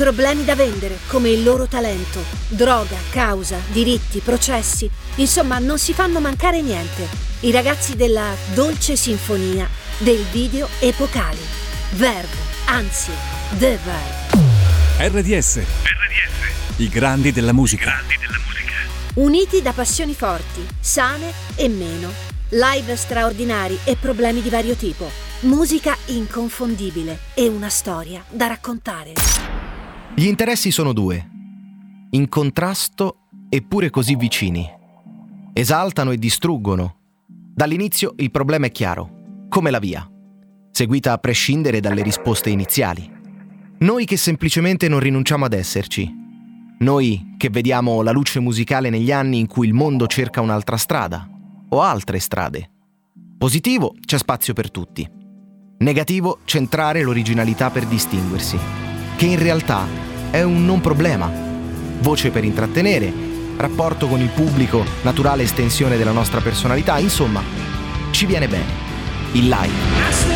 problemi da vendere, come il loro talento, droga, causa, diritti, processi. Insomma, non si fanno mancare niente. I ragazzi della dolce sinfonia del video epocali. Verve, anzi, The Verve. RDS. I grandi della musica. Uniti da passioni forti, sane e meno. Live straordinari e problemi di vario tipo. Musica inconfondibile e una storia da raccontare. Gli interessi sono due, in contrasto eppure così vicini. Esaltano e distruggono. Dall'inizio il problema è chiaro, come la via, seguita a prescindere dalle risposte iniziali. Noi che semplicemente non rinunciamo ad esserci. Noi che vediamo la luce musicale negli anni in cui il mondo cerca un'altra strada, o altre strade. Positivo, c'è spazio per tutti. Negativo, centrare l'originalità per distinguersi, che in realtà è un non problema. Voce per intrattenere, rapporto con il pubblico, naturale estensione della nostra personalità, insomma, ci viene bene. Il live.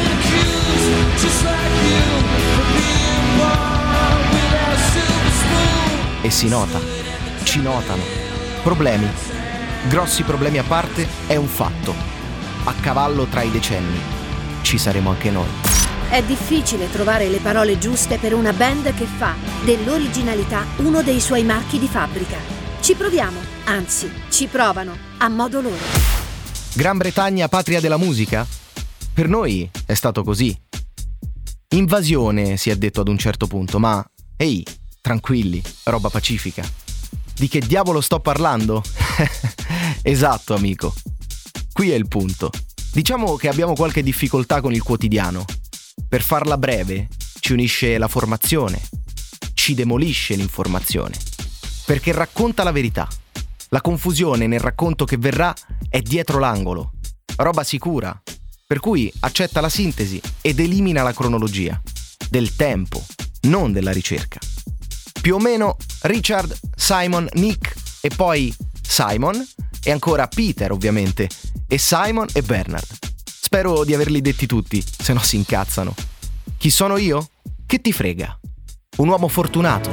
E si nota, ci notano. Problemi, grossi problemi a parte, è un fatto. A cavallo tra i decenni, ci saremo anche noi. È difficile trovare le parole giuste per una band che fa dell'originalità uno dei suoi marchi di fabbrica. Ci proviamo, anzi, ci provano, a modo loro. Gran Bretagna, patria della musica? Per noi è stato così. Invasione, si è detto ad un certo punto, ma ehi, tranquilli, roba pacifica. Di che diavolo sto parlando? Esatto, amico. Qui è il punto. Diciamo che abbiamo qualche difficoltà con il quotidiano. Per farla breve, ci unisce la formazione, ci demolisce l'informazione, perché racconta la verità. La confusione nel racconto che verrà è dietro l'angolo, roba sicura, per cui accetta la sintesi ed elimina la cronologia, del tempo, non della ricerca. Più o meno Richard, Simon, Nick e poi Simon e ancora Peter ovviamente e Simon e Bernard. Spero di averli detti tutti, se no si incazzano. Chi sono io? Che ti frega? Un uomo fortunato.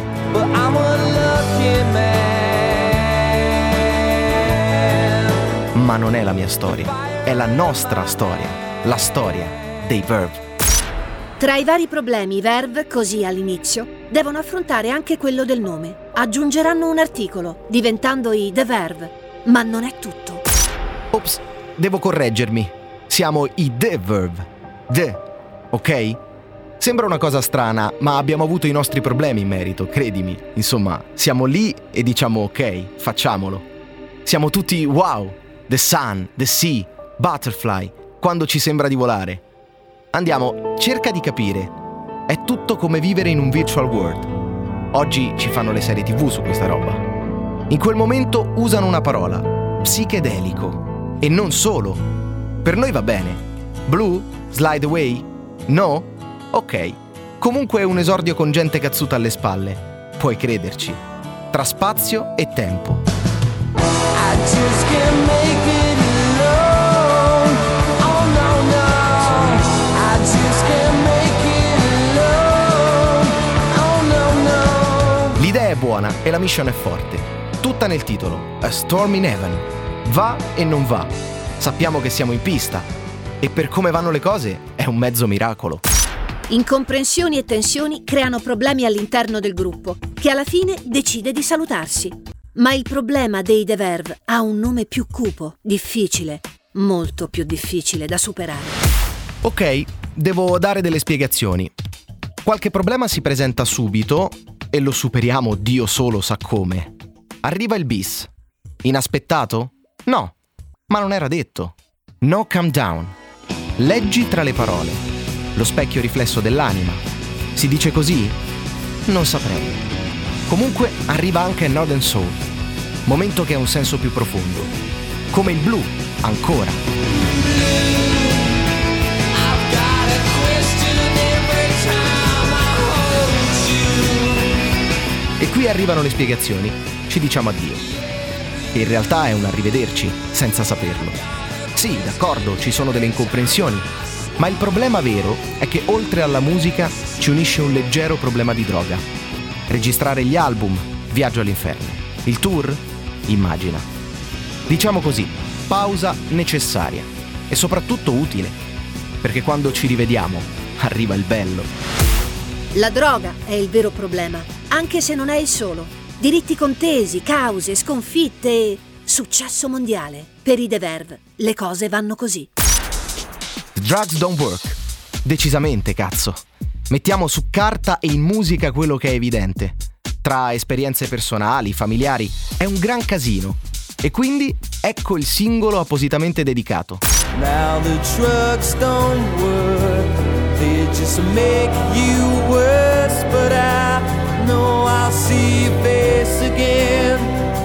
Ma non è la mia storia, è la nostra storia, la storia dei Verve. Tra i vari problemi, i Verve, così all'inizio, devono affrontare anche quello del nome. Aggiungeranno un articolo, diventando i The Verve. Ma non è tutto. Ops, devo correggermi. Siamo i The Verve. The, ok? Sembra una cosa strana, ma abbiamo avuto i nostri problemi in merito, credimi. Insomma, siamo lì e diciamo ok, facciamolo. Siamo tutti wow, the sun, the sea, butterfly, quando ci sembra di volare. Andiamo, cerca di capire. È tutto come vivere in un virtual world. Oggi ci fanno le serie TV su questa roba. In quel momento usano una parola, psichedelico. E non solo. Per noi va bene. Blue? Slide away? No? Ok. Comunque è un esordio con gente cazzuta alle spalle. Puoi crederci. Tra spazio e tempo. I just can't make it alone. Oh no no. I just can't make it alone. Oh no no. L'idea è buona e la mission è forte. Tutta nel titolo. A Storm in Heaven. Va e non va. Sappiamo che siamo in pista. E per come vanno le cose è un mezzo miracolo. Incomprensioni e tensioni creano problemi all'interno del gruppo, che alla fine decide di salutarsi. Ma il problema dei The Verve ha un nome più cupo, difficile, molto più difficile da superare. Ok, devo dare delle spiegazioni. Qualche problema si presenta subito e lo superiamo Dio solo sa come. Arriva il bis. Inaspettato? No, ma non era detto. No calm down. Leggi tra le parole. Lo specchio riflesso dell'anima. Si dice così? Non saprei. Comunque arriva anche Northern Soul, momento che ha un senso più profondo. Come il blu, ancora. E qui arrivano le spiegazioni. Ci diciamo addio. E in realtà è un arrivederci, senza saperlo. Sì, d'accordo, ci sono delle incomprensioni. Ma il problema vero è che oltre alla musica ci unisce un leggero problema di droga. Registrare gli album, viaggio all'inferno. Il tour? Immagina. Diciamo così, pausa necessaria e soprattutto utile, perché quando ci rivediamo arriva il bello. La droga è il vero problema, anche se non è il solo. Diritti contesi, cause, sconfitte e successo mondiale. Per i The Verve le cose vanno così. Drugs don't work. Decisamente, cazzo. Mettiamo su carta e in musica quello che è evidente. Tra esperienze personali, familiari, è un gran casino. E quindi ecco il singolo appositamente dedicato. Now the drugs don't work, they just make you worse, but I know I'll see your face again.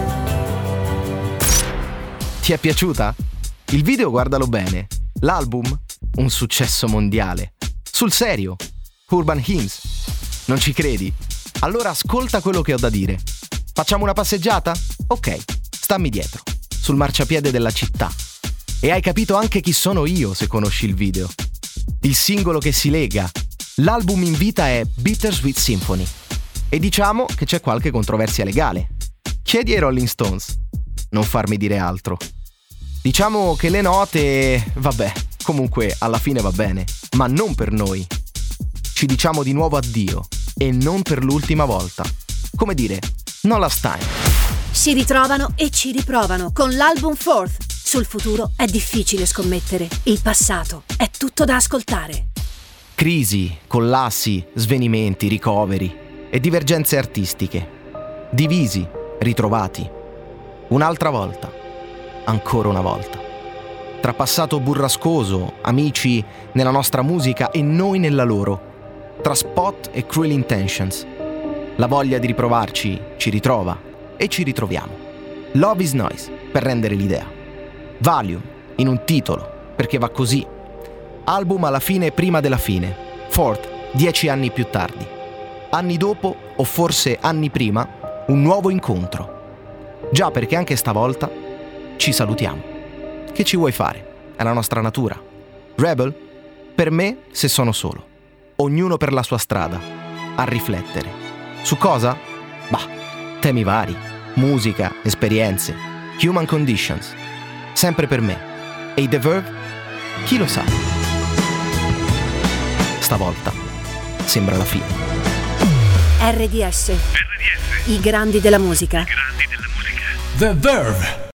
Ti è piaciuta? Il video guardalo bene. L'album? Un successo mondiale. Sul serio. Urban Hymns. Non ci credi? Allora ascolta quello che ho da dire. Facciamo una passeggiata? Ok, stammi dietro, sul marciapiede della città. E hai capito anche chi sono io se conosci il video. Il singolo che si lega. L'album in vita è Bittersweet Symphony. E diciamo che c'è qualche controversia legale. Chiedi ai Rolling Stones. Non farmi dire altro. Diciamo che le note, vabbè, comunque alla fine va bene, ma non per noi. Ci diciamo di nuovo addio, e non per l'ultima volta. Come dire, no last time. Si ritrovano e ci riprovano con l'album Fourth. Sul futuro è difficile scommettere, il passato è tutto da ascoltare. Crisi, collassi, svenimenti, ricoveri e divergenze artistiche. Divisi, ritrovati. Un'altra volta. Ancora una volta. Tra passato burrascoso, amici nella nostra musica e noi nella loro. Tra spot e cruel intentions. La voglia di riprovarci ci ritrova e ci ritroviamo. Love is Noise, per rendere l'idea. Valium, in un titolo, perché va così. Album alla fine prima della fine. Fourth, 10 anni più tardi. Anni dopo, o forse anni prima, un nuovo incontro. Già, perché anche stavolta ci salutiamo. Che ci vuoi fare? È la nostra natura. Rebel? Per me, se sono solo. Ognuno per la sua strada. A riflettere. Su cosa? Bah, temi vari. Musica, esperienze. Human conditions. Sempre per me. E i The Verve? Chi lo sa? Stavolta sembra la fine. RDS. I grandi della musica. The Verve.